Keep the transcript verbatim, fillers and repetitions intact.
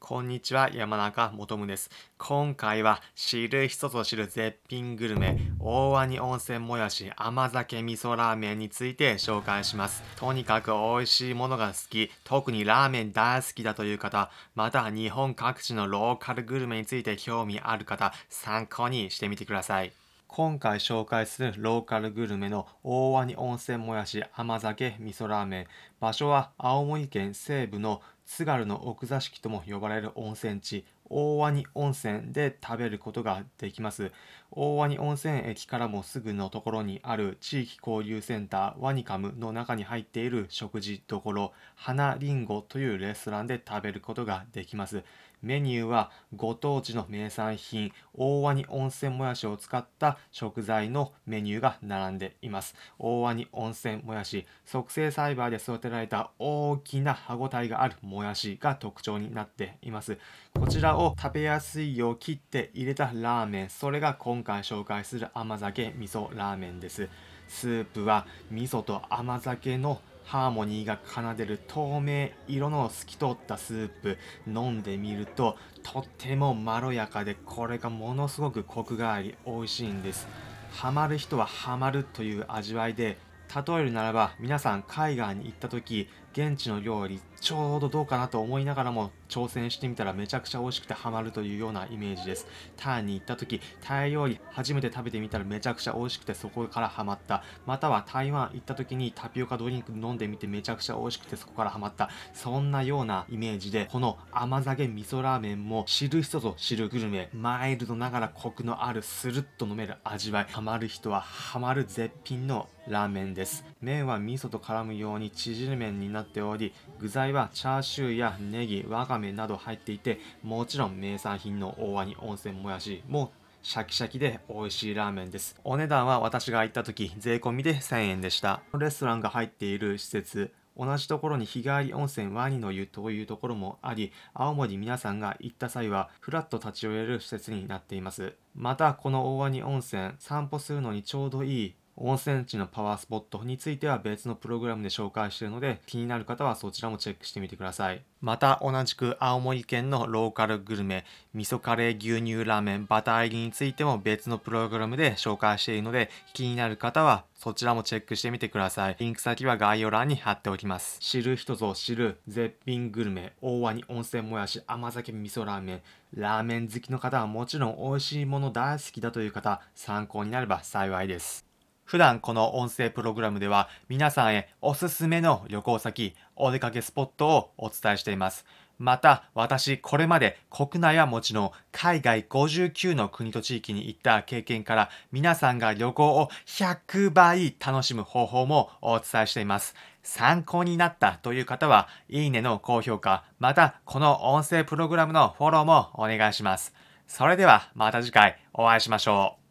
こんにちは、山中もとむです。今回は知る人ぞ知る絶品グルメ、大鰐温泉もやし甘酒味噌ラーメンについて紹介します。とにかく美味しいものが好き、特にラーメン大好きだという方、また日本各地のローカルグルメについて興味ある方、参考にしてみてください。今回紹介するローカルグルメの大鰐温泉もやし甘酒味噌ラーメン。場所は青森県西部の津軽の奥座敷とも呼ばれる温泉地、大鰐温泉で食べることができます。大鰐温泉駅からもすぐのところにある地域交流センターワニカムの中に入っている食事どころ、花りんごというレストランで食べることができます。メニューはご当地の名産品、大鰐温泉もやしを使った食材のメニューが並んでいます。大鰐温泉もやし、促成栽培で育てられた大きな歯ごたえがあるもやしが特徴になっています。こちらを食べやすいよう切って入れたラーメン、それが今回紹介する甘酒味噌ラーメンです。スープは味噌と甘酒のハーモニーが奏でる透明色の透き通ったスープ、飲んでみるととってもまろやかで、これがものすごくコクがあり美味しいんです。ハマる人はハマるという味わいで、例えるならば皆さん海外に行った時、現地の料理ちょうどどうかなと思いながらも挑戦してみたらめちゃくちゃ美味しくてハマるというようなイメージです。タイに行った時、タイ料理初めて食べてみたらめちゃくちゃ美味しくてそこからハマった。または台湾行った時にタピオカドリンク飲んでみてめちゃくちゃ美味しくてそこからハマった。そんなようなイメージで、この甘酒味噌ラーメンも知る人ぞ知るグルメ、マイルドながらコクのあるスルッと飲める味わい、ハマる人はハマる絶品のラーメンです。麺は味噌と絡むように縮れ麺になっており、具材はチャーシューやネギ、わかめなど入っていて、もちろん名産品の大鰐温泉もやしもシャキシャキで美味しいラーメンです。お値段は私が行った時税込みでせんえんでした。レストランが入っている施設、同じところに日帰り温泉ワニの湯というところもあり、青森皆さんが行った際はフラッと立ち寄れる施設になっています。またこの大鰐温泉、散歩するのにちょうどいい温泉地のパワースポットについては別のプログラムで紹介しているので、気になる方はそちらもチェックしてみてください。また同じく青森県のローカルグルメ、味噌カレー牛乳ラーメンバター入りについても別のプログラムで紹介しているので、気になる方はそちらもチェックしてみてください。リンク先は概要欄に貼っておきます。知る人ぞ知る絶品グルメ、大鰐温泉もやし甘酒味噌ラーメン。ラーメン好きの方はもちろん美味しいもの大好きだという方、参考になれば幸いです。普段この音声プログラムでは皆さんへおすすめの旅行先、お出かけスポットをお伝えしています。また私これまで国内はもちろん海外ごじゅうきゅうの国と地域に行った経験から、皆さんが旅行をひゃくばい楽しむ方法もお伝えしています。参考になったという方はいいねの高評価、またこの音声プログラムのフォローもお願いします。それではまた次回お会いしましょう。